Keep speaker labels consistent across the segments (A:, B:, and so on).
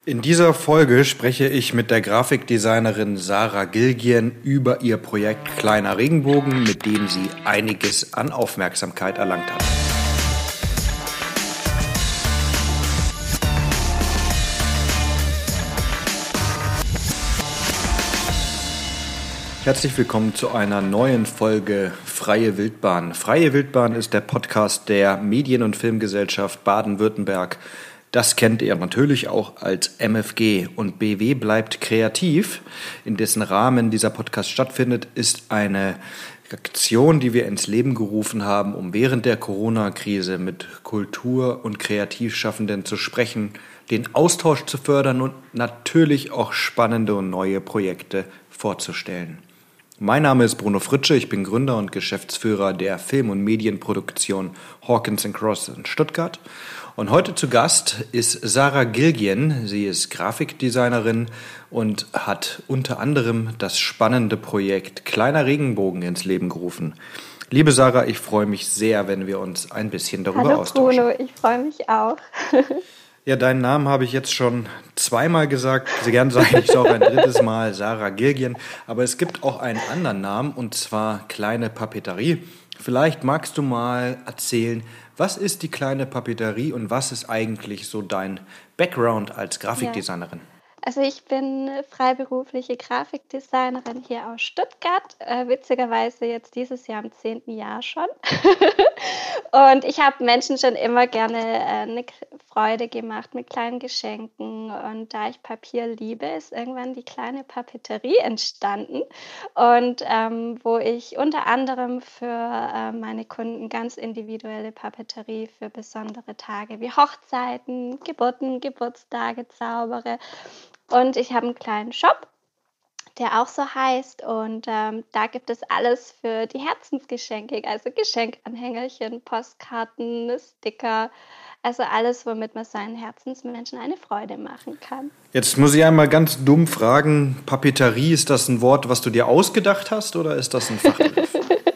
A: In dieser Folge spreche ich mit der Grafikdesignerin Sarah Gilgien über ihr Projekt Kleiner Regenbogen, mit dem sie einiges an Aufmerksamkeit erlangt hat. Herzlich willkommen zu einer neuen Folge Freie Wildbahn. Freie Wildbahn ist der Podcast der Medien- und Filmgesellschaft Baden-Württemberg. Das kennt ihr natürlich auch als MFG, und BW bleibt kreativ. In dessen Rahmen dieser Podcast stattfindet, ist eine Aktion, die wir ins Leben gerufen haben, um während der Corona-Krise mit Kultur- und Kreativschaffenden zu sprechen, den Austausch zu fördern und natürlich auch spannende und neue Projekte vorzustellen. Mein Name ist Bruno Fritsche, ich bin Gründer und Geschäftsführer der Film- und Medienproduktion Hawkins & Cross in Stuttgart. Und heute zu Gast ist Sarah Gilgien. Sie ist Grafikdesignerin und hat unter anderem das spannende Projekt Kleiner Regenbogen ins Leben gerufen. Liebe Sarah, ich freue mich sehr, wenn wir uns ein bisschen darüber austauschen.
B: Hallo Bruno, ich freue mich auch.
A: Ja, deinen Namen habe ich jetzt schon zweimal gesagt. Sehr gern sage ich es auch ein drittes Mal, Sarah Gilgien. Aber es gibt auch einen anderen Namen, und zwar Kleine Papeterie. Vielleicht magst du mal erzählen, was ist die Kleine Papeterie und was ist eigentlich so dein Background als Grafikdesignerin?
B: Ja. Also ich bin freiberufliche Grafikdesignerin hier aus Stuttgart, witzigerweise jetzt dieses Jahr im 10. Jahr schon. Und ich habe Menschen schon immer gerne eine Freude gemacht mit kleinen Geschenken. Und da ich Papier liebe, ist irgendwann die Kleine Papeterie entstanden. Und wo ich unter anderem für meine Kunden ganz individuelle Papeterie für besondere Tage wie Hochzeiten, Geburten, Geburtstage zaubere. Und ich habe einen kleinen Shop, der auch so heißt. Und da gibt es alles für die Herzensgeschenke, also Geschenkanhängerchen, Postkarten, Sticker, also alles, womit man seinen Herzensmenschen eine Freude machen kann.
A: Jetzt muss ich einmal ganz dumm fragen, Papeterie, ist das ein Wort, was du dir ausgedacht hast, oder ist das ein Fachbegriff?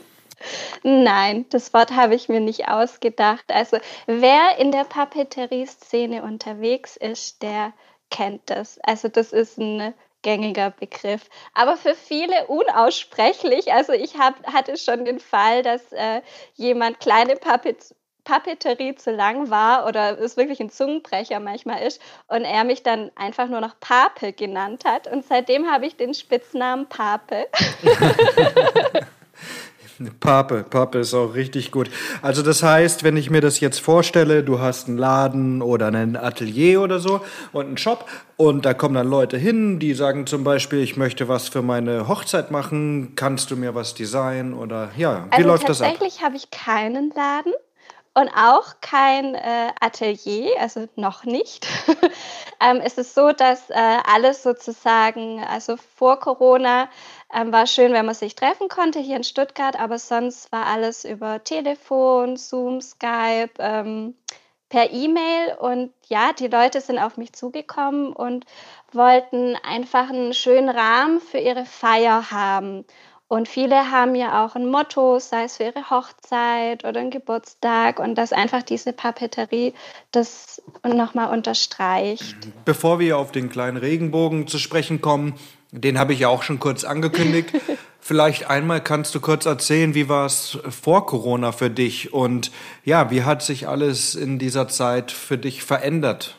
B: Nein, das Wort habe ich mir nicht ausgedacht. Also wer in der Papeterie-Szene unterwegs ist, der kennt das. Also das ist ein gängiger Begriff, aber für viele unaussprechlich. Also ich hatte schon den Fall, dass jemand kleine Papeterie zu lang war oder es wirklich ein Zungenbrecher manchmal ist und er mich dann einfach nur noch Pape genannt hat, und seitdem habe ich den Spitznamen Pape.
A: Pape ist auch richtig gut. Also das heißt, wenn ich mir das jetzt vorstelle, du hast einen Laden oder ein Atelier oder so und einen Shop, und da kommen dann Leute hin, die sagen zum Beispiel, ich möchte was für meine Hochzeit machen, kannst du mir was designen, oder ja, wie läuft das ab?
B: Tatsächlich habe ich keinen Laden und auch kein Atelier, also noch nicht. Es ist so, dass alles sozusagen, also vor Corona war schön, wenn man sich treffen konnte hier in Stuttgart, aber sonst war alles über Telefon, Zoom, Skype, per E-Mail. Und ja, die Leute sind auf mich zugekommen und wollten einfach einen schönen Rahmen für ihre Feier haben. Und viele haben ja auch ein Motto, sei es für ihre Hochzeit oder einen Geburtstag, und dass einfach diese Papeterie das nochmal unterstreicht.
A: Bevor wir auf den kleinen Regenbogen zu sprechen kommen, den habe ich ja auch schon kurz angekündigt. Vielleicht einmal kannst du kurz erzählen, wie war es vor Corona für dich und ja, wie hat sich alles in dieser Zeit für dich verändert?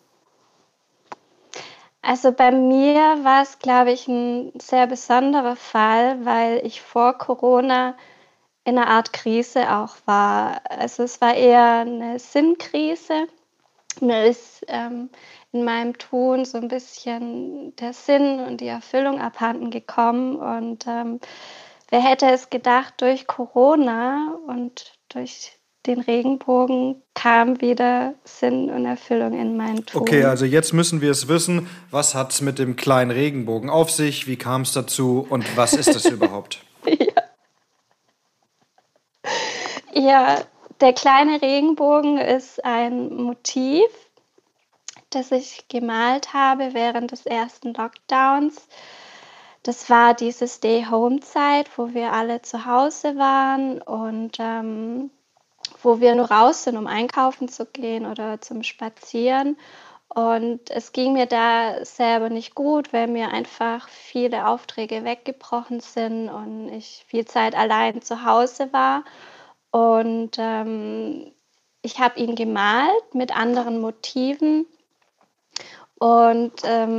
B: Also bei mir war es, glaube ich, ein sehr besonderer Fall, weil ich vor Corona in einer Art Krise auch war. Also es war eher eine Sinnkrise. Mir ist in meinem Tun so ein bisschen der Sinn und die Erfüllung abhanden gekommen. Und wer hätte es gedacht, durch Corona und durch den Regenbogen kam wieder Sinn und Erfüllung in mein Tun.
A: Okay, also jetzt müssen wir es wissen. Was hat es mit dem kleinen Regenbogen auf sich? Wie kam es dazu und was ist das überhaupt?
B: Ja, der kleine Regenbogen ist ein Motiv, das ich gemalt habe während des ersten Lockdowns. Das war diese Stay-Home-Zeit, wo wir alle zu Hause waren und wo wir nur raus sind, um einkaufen zu gehen oder zum Spazieren. Und es ging mir da selber nicht gut, weil mir einfach viele Aufträge weggebrochen sind und ich viel Zeit allein zu Hause war. Und ich habe ihn gemalt mit anderen Motiven und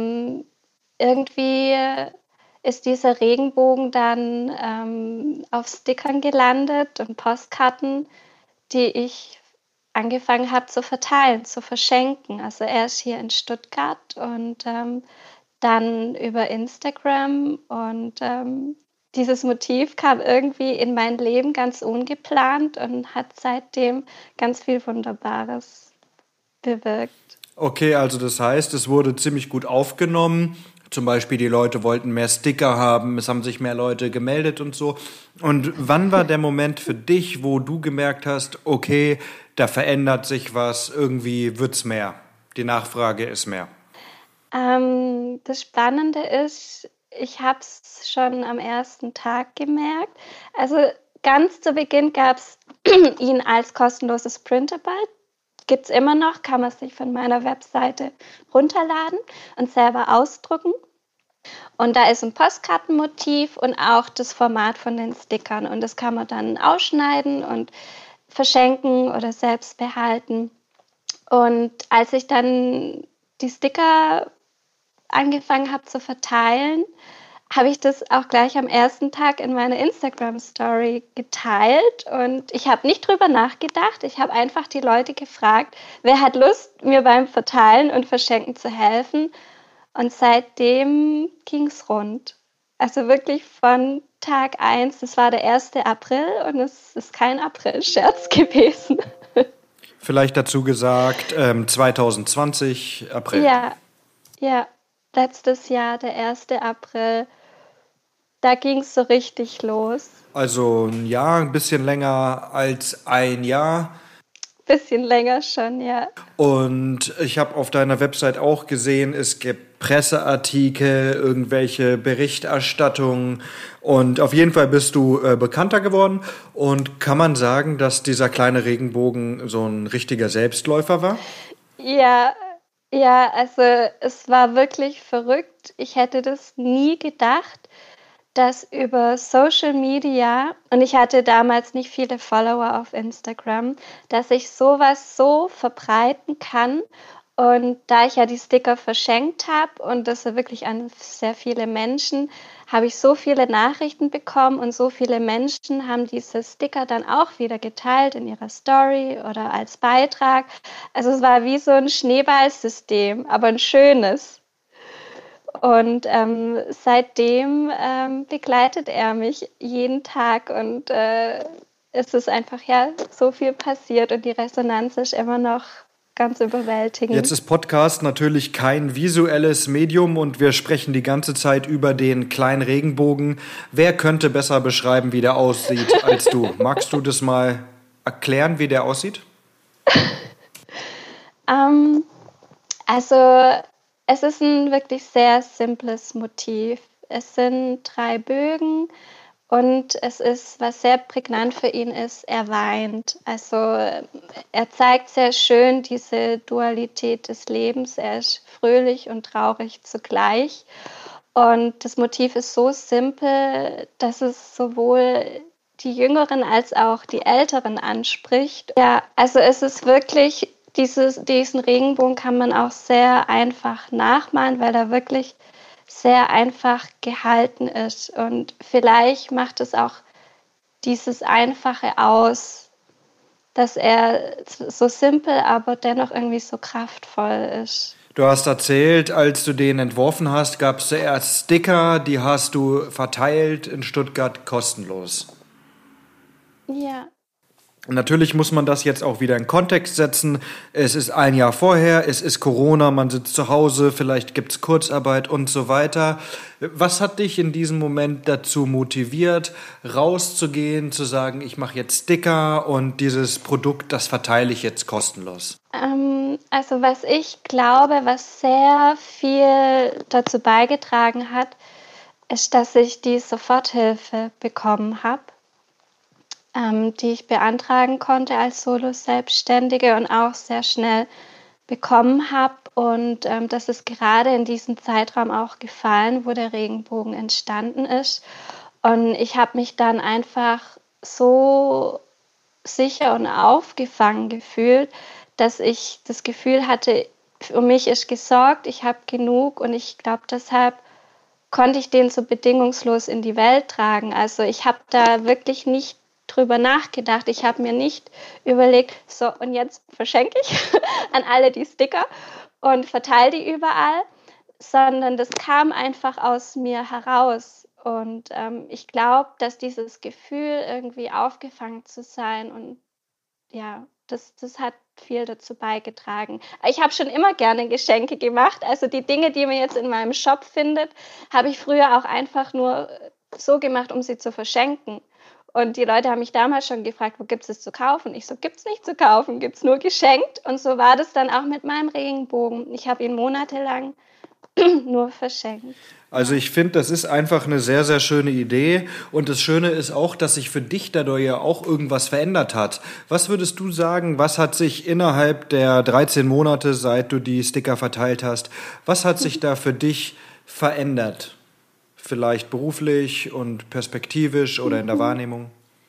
B: irgendwie ist dieser Regenbogen dann auf Stickern gelandet und Postkarten, die ich angefangen habe zu verteilen, zu verschenken. Also erst hier in Stuttgart und dann über Instagram. Und dieses Motiv kam irgendwie in mein Leben ganz ungeplant und hat seitdem ganz viel Wunderbares bewirkt.
A: Okay, also das heißt, es wurde ziemlich gut aufgenommen. Zum Beispiel die Leute wollten mehr Sticker haben, es haben sich mehr Leute gemeldet und so. Und wann war der Moment für dich, wo du gemerkt hast, okay, da verändert sich was, irgendwie wird's mehr, die Nachfrage ist mehr?
B: Das Spannende ist, ich habe es schon am ersten Tag gemerkt. Also ganz zu Beginn gab es ihn als kostenloses Printable. Gibt es immer noch, kann man sich von meiner Webseite runterladen und selber ausdrucken. Und da ist ein Postkartenmotiv und auch das Format von den Stickern. Und das kann man dann ausschneiden und verschenken oder selbst behalten. Und als ich dann die Sticker angefangen habe zu verteilen, habe ich das auch gleich am ersten Tag in meiner Instagram-Story geteilt. Und ich habe nicht drüber nachgedacht. Ich habe einfach die Leute gefragt, wer hat Lust, mir beim Verteilen und Verschenken zu helfen. Und seitdem ging es rund. Also wirklich von Tag 1, das war der 1. April und es ist kein April-Scherz gewesen.
A: Vielleicht dazu gesagt, 2020, April.
B: Ja, ja, letztes Jahr, der 1. April, da ging es so richtig los.
A: Also ein Jahr, ein bisschen länger als ein Jahr.
B: Bisschen länger schon, ja.
A: Und ich habe auf deiner Website auch gesehen, es gibt Presseartikel, irgendwelche Berichterstattungen und auf jeden Fall bist du bekannter geworden. Und kann man sagen, dass dieser kleine Regenbogen so ein richtiger Selbstläufer war?
B: Ja, ja, also es war wirklich verrückt. Ich hätte das nie gedacht, dass über Social Media, und ich hatte damals nicht viele Follower auf Instagram, dass ich sowas so verbreiten kann. Und da ich ja die Sticker verschenkt habe und das ja wirklich an sehr viele Menschen, habe ich so viele Nachrichten bekommen und so viele Menschen haben diese Sticker dann auch wieder geteilt in ihrer Story oder als Beitrag. Also es war wie so ein Schneeballsystem, aber ein schönes. Und seitdem begleitet er mich jeden Tag und es ist einfach ja so viel passiert und die Resonanz ist immer noch ganz überwältigend.
A: Jetzt ist Podcast natürlich kein visuelles Medium und wir sprechen die ganze Zeit über den kleinen Regenbogen. Wer könnte besser beschreiben, wie der aussieht, als du? Magst du das mal erklären, wie der aussieht?
B: Also es ist ein wirklich sehr simples Motiv. Es sind 3 Bögen und es ist, was sehr prägnant für ihn ist, er weint. Also er zeigt sehr schön diese Dualität des Lebens. Er ist fröhlich und traurig zugleich. Und das Motiv ist so simpel, dass es sowohl die Jüngeren als auch die Älteren anspricht. Ja, also es ist wirklich, diesen Regenbogen kann man auch sehr einfach nachmalen, weil er wirklich sehr einfach gehalten ist. Und vielleicht macht es auch dieses Einfache aus, dass er so simpel, aber dennoch irgendwie so kraftvoll ist.
A: Du hast erzählt, als du den entworfen hast, gab es zuerst Sticker, die hast du verteilt in Stuttgart kostenlos.
B: Ja.
A: Natürlich muss man das jetzt auch wieder in Kontext setzen. Es ist ein Jahr vorher, es ist Corona, man sitzt zu Hause, vielleicht gibt's Kurzarbeit und so weiter. Was hat dich in diesem Moment dazu motiviert, rauszugehen, zu sagen, ich mache jetzt Sticker und dieses Produkt, das verteile ich jetzt kostenlos?
B: Also was ich glaube, was sehr viel dazu beigetragen hat, ist, dass ich die Soforthilfe bekommen habe, die ich beantragen konnte als Solo-Selbstständige und auch sehr schnell bekommen habe. Und das ist gerade in diesem Zeitraum auch gefallen, wo der Regenbogen entstanden ist. Und ich habe mich dann einfach so sicher und aufgefangen gefühlt, dass ich das Gefühl hatte, für mich ist gesorgt, ich habe genug, und ich glaube, deshalb konnte ich den so bedingungslos in die Welt tragen. Also ich habe da wirklich nicht drüber nachgedacht. Ich habe mir nicht überlegt, so, und jetzt verschenke ich an alle die Sticker und verteile die überall, sondern das kam einfach aus mir heraus. Und ich glaube, dass dieses Gefühl, irgendwie aufgefangen zu sein, und ja, das hat viel dazu beigetragen. Ich habe schon immer gerne Geschenke gemacht. Also die Dinge, die man jetzt in meinem Shop findet, habe ich früher auch einfach nur so gemacht, um sie zu verschenken. Und die Leute haben mich damals schon gefragt, wo gibt es zu kaufen? Ich so, gibt es nicht zu kaufen, gibt es nur geschenkt. Und so war das dann auch mit meinem Regenbogen. Ich habe ihn monatelang nur verschenkt.
A: Also ich finde, das ist einfach eine sehr, sehr schöne Idee. Und das Schöne ist auch, dass sich für dich dadurch ja auch irgendwas verändert hat. Was würdest du sagen, was hat sich innerhalb der 13 Monate, seit du die Sticker verteilt hast, was hat sich da für dich verändert? Vielleicht beruflich und perspektivisch oder in der Wahrnehmung?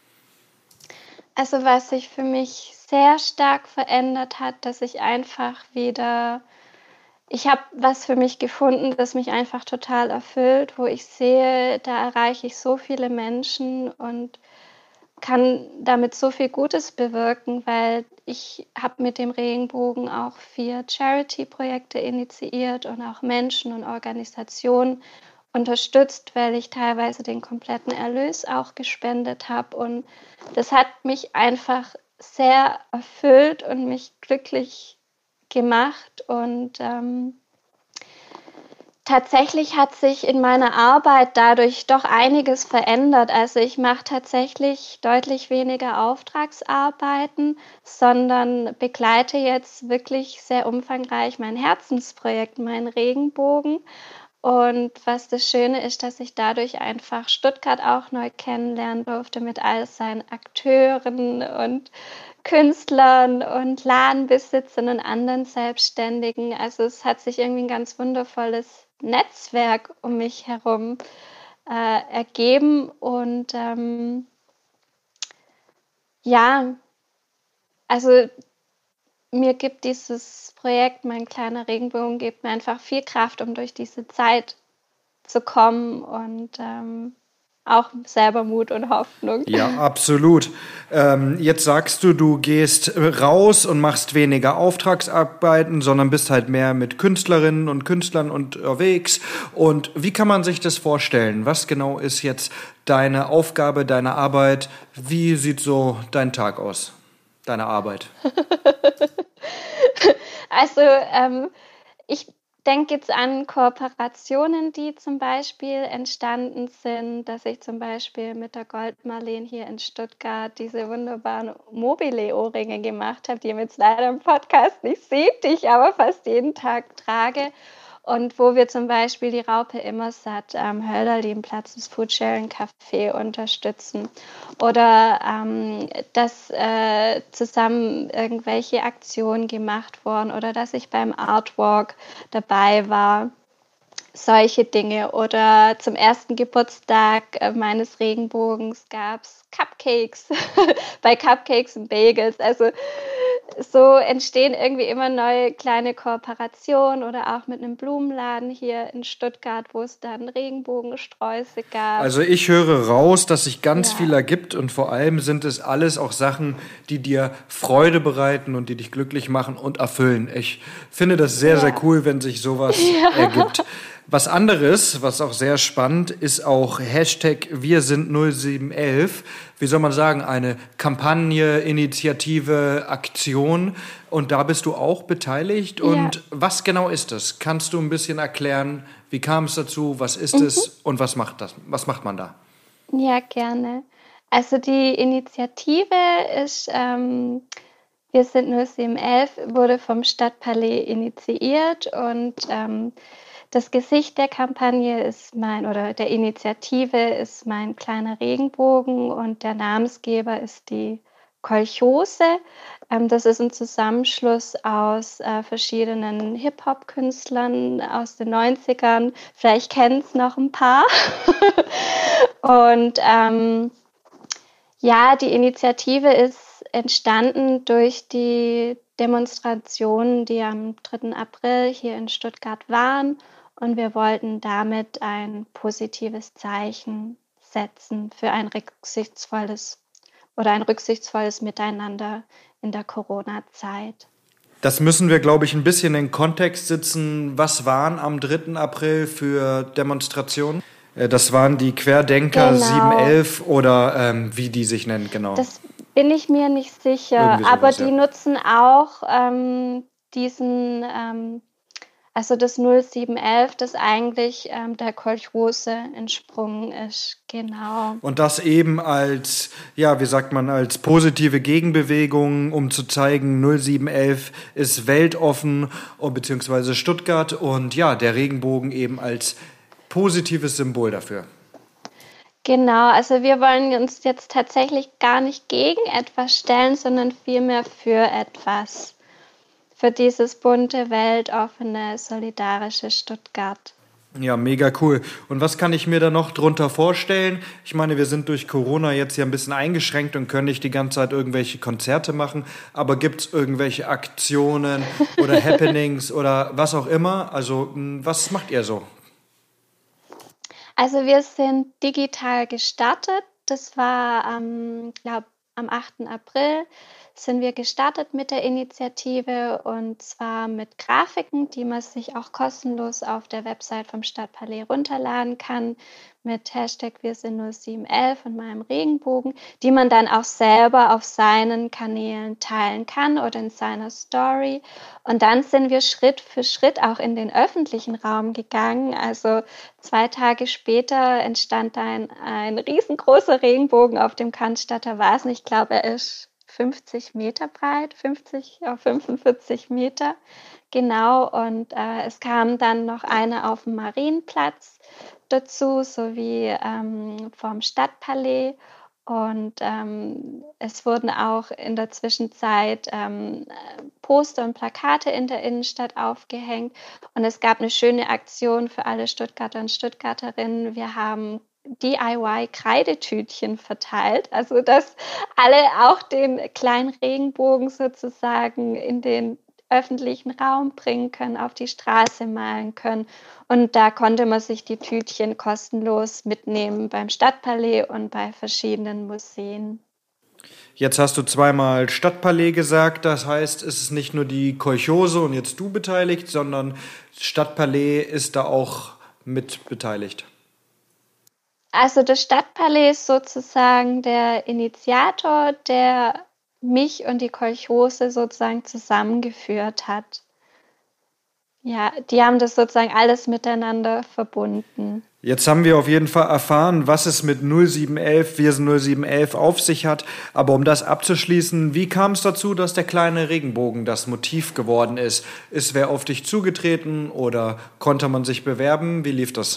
B: Also was sich für mich sehr stark verändert hat, dass ich einfach wieder ich habe was für mich gefunden, das mich einfach total erfüllt, wo ich sehe, da erreiche ich so viele Menschen und kann damit so viel Gutes bewirken, weil ich habe mit dem Regenbogen auch 4 Charity-Projekte initiiert und auch Menschen und Organisationen unterstützt, weil ich teilweise den kompletten Erlös auch gespendet habe. Und das hat mich einfach sehr erfüllt und mich glücklich gemacht. Und tatsächlich hat sich in meiner Arbeit dadurch doch einiges verändert. Also ich mache tatsächlich deutlich weniger Auftragsarbeiten, sondern begleite jetzt wirklich sehr umfangreich mein Herzensprojekt, meinen Regenbogen. Und was das Schöne ist, dass ich dadurch einfach Stuttgart auch neu kennenlernen durfte mit all seinen Akteuren und Künstlern und Ladenbesitzern und anderen Selbstständigen. Also es hat sich irgendwie ein ganz wundervolles Netzwerk um mich herum ergeben. Und ja, also mir gibt dieses Projekt, mein kleiner Regenbogen, gibt mir einfach viel Kraft, um durch diese Zeit zu kommen, und auch selber Mut und Hoffnung.
A: Ja, absolut. Jetzt sagst du, du gehst raus und machst weniger Auftragsarbeiten, sondern bist halt mehr mit Künstlerinnen und Künstlern unterwegs. Und wie kann man sich das vorstellen? Was genau ist jetzt deine Aufgabe, deine Arbeit? Wie sieht so dein Tag aus, deine Arbeit?
B: Also ich denke jetzt an Kooperationen, die zum Beispiel entstanden sind, dass ich zum Beispiel mit der Goldmarleen hier in Stuttgart diese wunderbaren Mobile-Ohrringe gemacht habe, die ihr jetzt leider im Podcast nicht seht, die ich aber fast jeden Tag trage. Und wo wir zum Beispiel die Raupe Immersatt am Hölderlinplatz, das Foodsharing Café, unterstützen. Oder dass zusammen irgendwelche Aktionen gemacht wurden oder dass ich beim Artwalk dabei war. Solche Dinge. Oder zum ersten Geburtstag meines Regenbogens gab es Cupcakes bei Cupcakes und Bagels. Also so entstehen irgendwie immer neue kleine Kooperationen, oder auch mit einem Blumenladen hier in Stuttgart, wo es dann Regenbogensträuße gab.
A: Also ich höre raus, dass sich ganz
B: Ja.
A: viel ergibt, und vor allem sind es alles auch Sachen, die dir Freude bereiten und die dich glücklich machen und erfüllen. Ich finde das sehr, sehr cool, wenn sich sowas ergibt. Was anderes, was auch sehr spannend ist, auch Hashtag Wir sind 0711. Wie soll man sagen, eine Kampagne, Initiative, Aktion. Und da bist du auch beteiligt. Und was genau ist das? Kannst du ein bisschen erklären, wie kam es dazu, was ist es und was macht das? Was macht man da?
B: Ja, gerne. Also die Initiative ist Wir sind 0711, wurde vom Stadtpalais initiiert, und das Gesicht der Kampagne ist der Initiative ist mein kleiner Regenbogen, und der Namensgeber ist die Kolchose. Das ist ein Zusammenschluss aus verschiedenen Hip-Hop-Künstlern aus den 90ern. Vielleicht kennen es noch ein paar. Und ja, die Initiative ist entstanden durch die Demonstrationen, die am 3. April hier in Stuttgart waren. Und wir wollten damit ein positives Zeichen setzen für ein rücksichtsvolles Miteinander in der Corona-Zeit.
A: Das müssen wir, glaube ich, ein bisschen in Kontext setzen. Was waren am 3. April für Demonstrationen? Das waren die Querdenker
B: Genau.
A: 711 oder wie die sich nennen, genau.
B: Das bin ich mir nicht sicher,
A: Irgendwie sowas,
B: aber die
A: ja.
B: nutzen auch also das 0711, das eigentlich der Kolchose entsprungen ist, genau.
A: Und das eben als, ja, wie sagt man, als positive Gegenbewegung, um zu zeigen, 0711 ist weltoffen, beziehungsweise Stuttgart und ja, der Regenbogen eben als positives Symbol dafür.
B: Genau, also wir wollen uns jetzt tatsächlich gar nicht gegen etwas stellen, sondern vielmehr für etwas. Für dieses bunte, weltoffene, solidarische Stuttgart.
A: Ja, mega cool. Und was kann ich mir da noch drunter vorstellen? Ich meine, wir sind durch Corona jetzt ja ein bisschen eingeschränkt und können nicht die ganze Zeit irgendwelche Konzerte machen. Aber gibt es irgendwelche Aktionen oder Happenings oder was auch immer? Also, was macht ihr so?
B: Also wir sind digital gestartet. Das war, glaube am 8. April sind wir gestartet mit der Initiative und zwar mit Grafiken, die man sich auch kostenlos auf der Website vom Stadtpalais runterladen kann, mit Hashtag Wir sind 0711 und meinem Regenbogen, die man dann auch selber auf seinen Kanälen teilen kann oder in seiner Story. Und dann sind wir Schritt für Schritt auch in den öffentlichen Raum gegangen. Also 2 Tage später entstand ein riesengroßer Regenbogen auf dem Cannstatter Wasen. Ich glaube, er ist 50 Meter breit, 50 auf 45 Meter, genau. Und es kam dann noch eine auf dem Marienplatz dazu, sowie vom Stadtpalais. Und es wurden auch in der Zwischenzeit Poster und Plakate in der Innenstadt aufgehängt. Und es gab eine schöne Aktion für alle Stuttgarter und Stuttgarterinnen. Wir haben DIY-Kreidetütchen verteilt, also dass alle auch den kleinen Regenbogen sozusagen in den öffentlichen Raum bringen können, auf die Straße malen können. Und da konnte man sich die Tütchen kostenlos mitnehmen beim Stadtpalais und bei verschiedenen Museen.
A: Jetzt hast du zweimal Stadtpalais gesagt, das heißt, es ist nicht nur die Kolchose und jetzt du beteiligt, sondern Stadtpalais ist da auch mit beteiligt.
B: Also das Stadtpalais ist sozusagen der Initiator, der mich und die Kolchose sozusagen zusammengeführt hat. Ja, die haben das sozusagen alles miteinander verbunden.
A: Jetzt haben wir auf jeden Fall erfahren, was es mit 0711, Wir sind 0711 auf sich hat. Aber um das abzuschließen, wie kam es dazu, dass der kleine Regenbogen das Motiv geworden ist? Ist wer auf dich zugetreten oder konnte man sich bewerben? Wie lief das?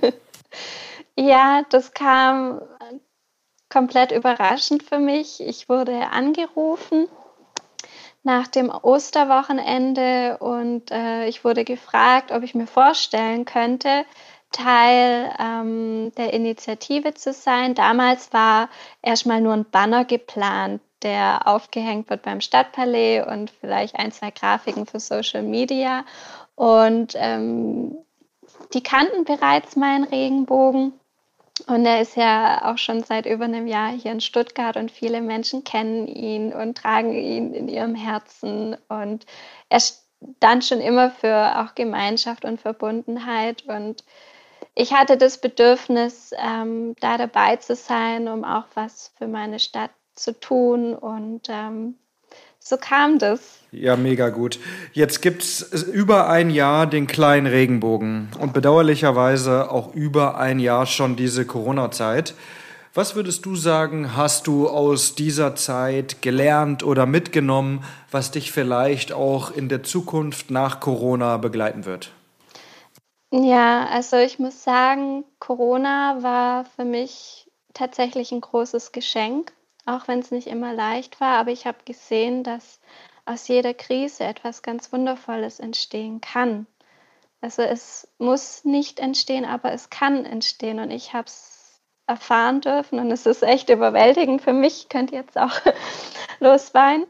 B: Ja, das kam komplett überraschend für mich. Ich wurde angerufen nach dem Osterwochenende und ich wurde gefragt, ob ich mir vorstellen könnte, Teil der Initiative zu sein. Damals war erstmal nur ein Banner geplant, der aufgehängt wird beim Stadtpalais und vielleicht 1, 2 Grafiken für Social Media. Und die kannten bereits meinen Regenbogen. Und er ist ja auch schon seit über einem Jahr hier in Stuttgart und viele Menschen kennen ihn und tragen ihn in ihrem Herzen. Und er stand schon immer für auch Gemeinschaft und Verbundenheit. Und ich hatte das Bedürfnis, da dabei zu sein, um auch was für meine Stadt zu tun. Und so kam das.
A: Ja, mega gut. Jetzt gibt's über ein Jahr den kleinen Regenbogen und bedauerlicherweise auch über ein Jahr schon diese Corona-Zeit. Was würdest du sagen, hast du aus dieser Zeit gelernt oder mitgenommen, was dich vielleicht auch in der Zukunft nach Corona begleiten wird?
B: Ja, also ich muss sagen, Corona war für mich tatsächlich ein großes Geschenk. auch wenn es nicht immer leicht war, aber ich habe gesehen, dass aus jeder Krise etwas ganz Wundervolles entstehen kann. Also es muss nicht entstehen, aber es kann entstehen und ich habe es erfahren dürfen und es ist echt überwältigend für mich. Ich könnte jetzt auch losweinen.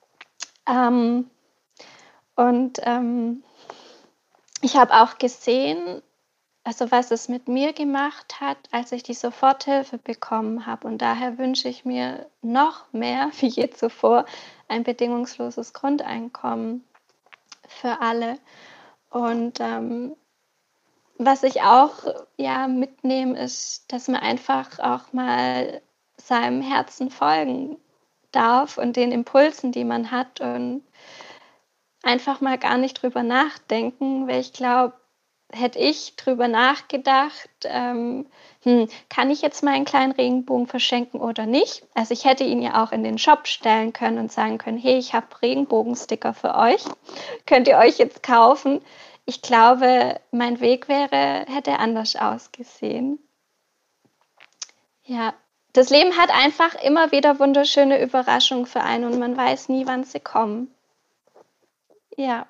B: Und ich habe auch gesehen, also was es mit mir gemacht hat, als ich die Soforthilfe bekommen habe. Und daher wünsche ich mir noch mehr, wie je zuvor, ein bedingungsloses Grundeinkommen für alle. Und was ich auch mitnehme, ist, dass man einfach auch mal seinem Herzen folgen darf und den Impulsen, die man hat und einfach mal gar nicht drüber nachdenken, weil ich glaube, hätte ich drüber nachgedacht, kann ich jetzt mal einen kleinen Regenbogen verschenken oder nicht? Also ich hätte ihn ja auch in den Shop stellen können und sagen können, hey, ich habe Regenbogensticker für euch, könnt ihr euch jetzt kaufen? Ich glaube, mein Weg hätte anders ausgesehen. Ja, das Leben hat einfach immer wieder wunderschöne Überraschungen für einen und man weiß nie, wann sie kommen. Ja.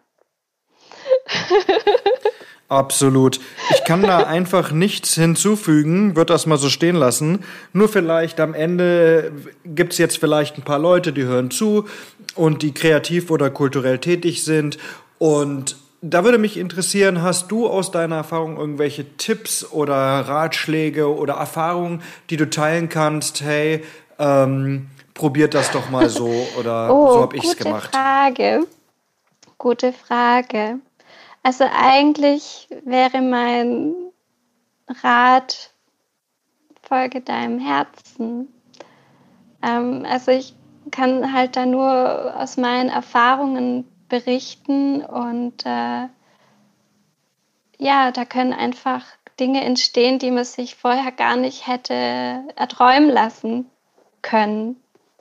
A: Absolut. Ich kann da einfach nichts hinzufügen, würde das mal so stehen lassen. Nur vielleicht am Ende gibt es jetzt vielleicht ein paar Leute, die hören zu und die kreativ oder kulturell tätig sind. Und da würde mich interessieren, hast du aus deiner Erfahrung irgendwelche Tipps oder Ratschläge oder Erfahrungen, die du teilen kannst? Hey, probiert das doch mal so oder so habe ich es gemacht.
B: Gute Frage. Also eigentlich wäre mein Rat, folge deinem Herzen. Also ich kann halt da nur aus meinen Erfahrungen berichten und da können einfach Dinge entstehen, die man sich vorher gar nicht hätte erträumen lassen können.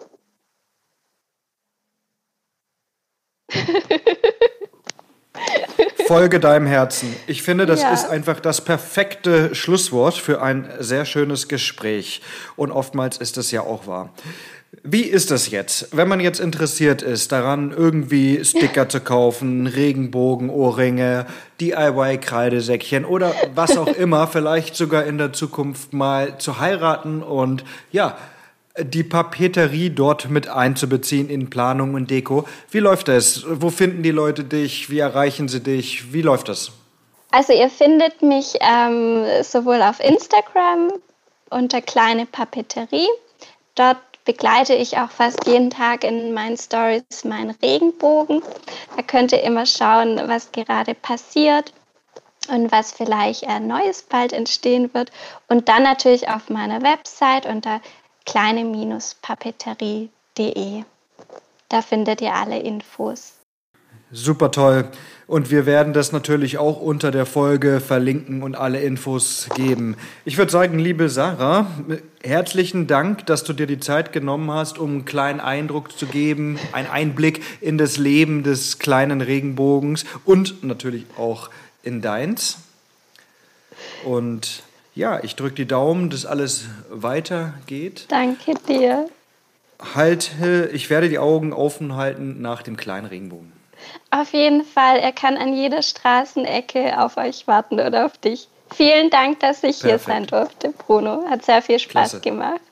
A: Folge deinem Herzen. Ich finde, das ist einfach das perfekte Schlusswort für ein sehr schönes Gespräch. Und oftmals ist es ja auch wahr. Wie ist das jetzt, wenn man jetzt interessiert ist, daran irgendwie Sticker zu kaufen, Regenbogen, Ohrringe, DIY-Kreidesäckchen oder was auch immer, vielleicht sogar in der Zukunft mal zu heiraten und die Papeterie dort mit einzubeziehen in Planung und Deko. Wie läuft das? Wo finden die Leute dich? Wie erreichen sie dich? Wie läuft das?
B: Also ihr findet mich sowohl auf Instagram unter kleine Papeterie. Dort begleite ich auch fast jeden Tag in meinen Stories meinen Regenbogen. Da könnt ihr immer schauen, was gerade passiert und was vielleicht Neues bald entstehen wird. Und dann natürlich auf meiner Website unter kleine-papeterie.de. Da findet ihr alle Infos.
A: Super toll. Und wir werden das natürlich auch unter der Folge verlinken und alle Infos geben. Ich würde sagen, liebe Sarah, herzlichen Dank, dass du dir die Zeit genommen hast, um einen kleinen Eindruck zu geben, einen Einblick in das Leben des kleinen Regenbogens und natürlich auch in deins. Und ja, ich drücke die Daumen, dass alles weitergeht.
B: Danke dir.
A: Ich werde die Augen offen halten nach dem kleinen Regenbogen.
B: Auf jeden Fall, er kann an jeder Straßenecke auf euch warten oder auf dich. Vielen Dank, dass ich hier sein durfte, Bruno. Hat sehr viel Spaß gemacht.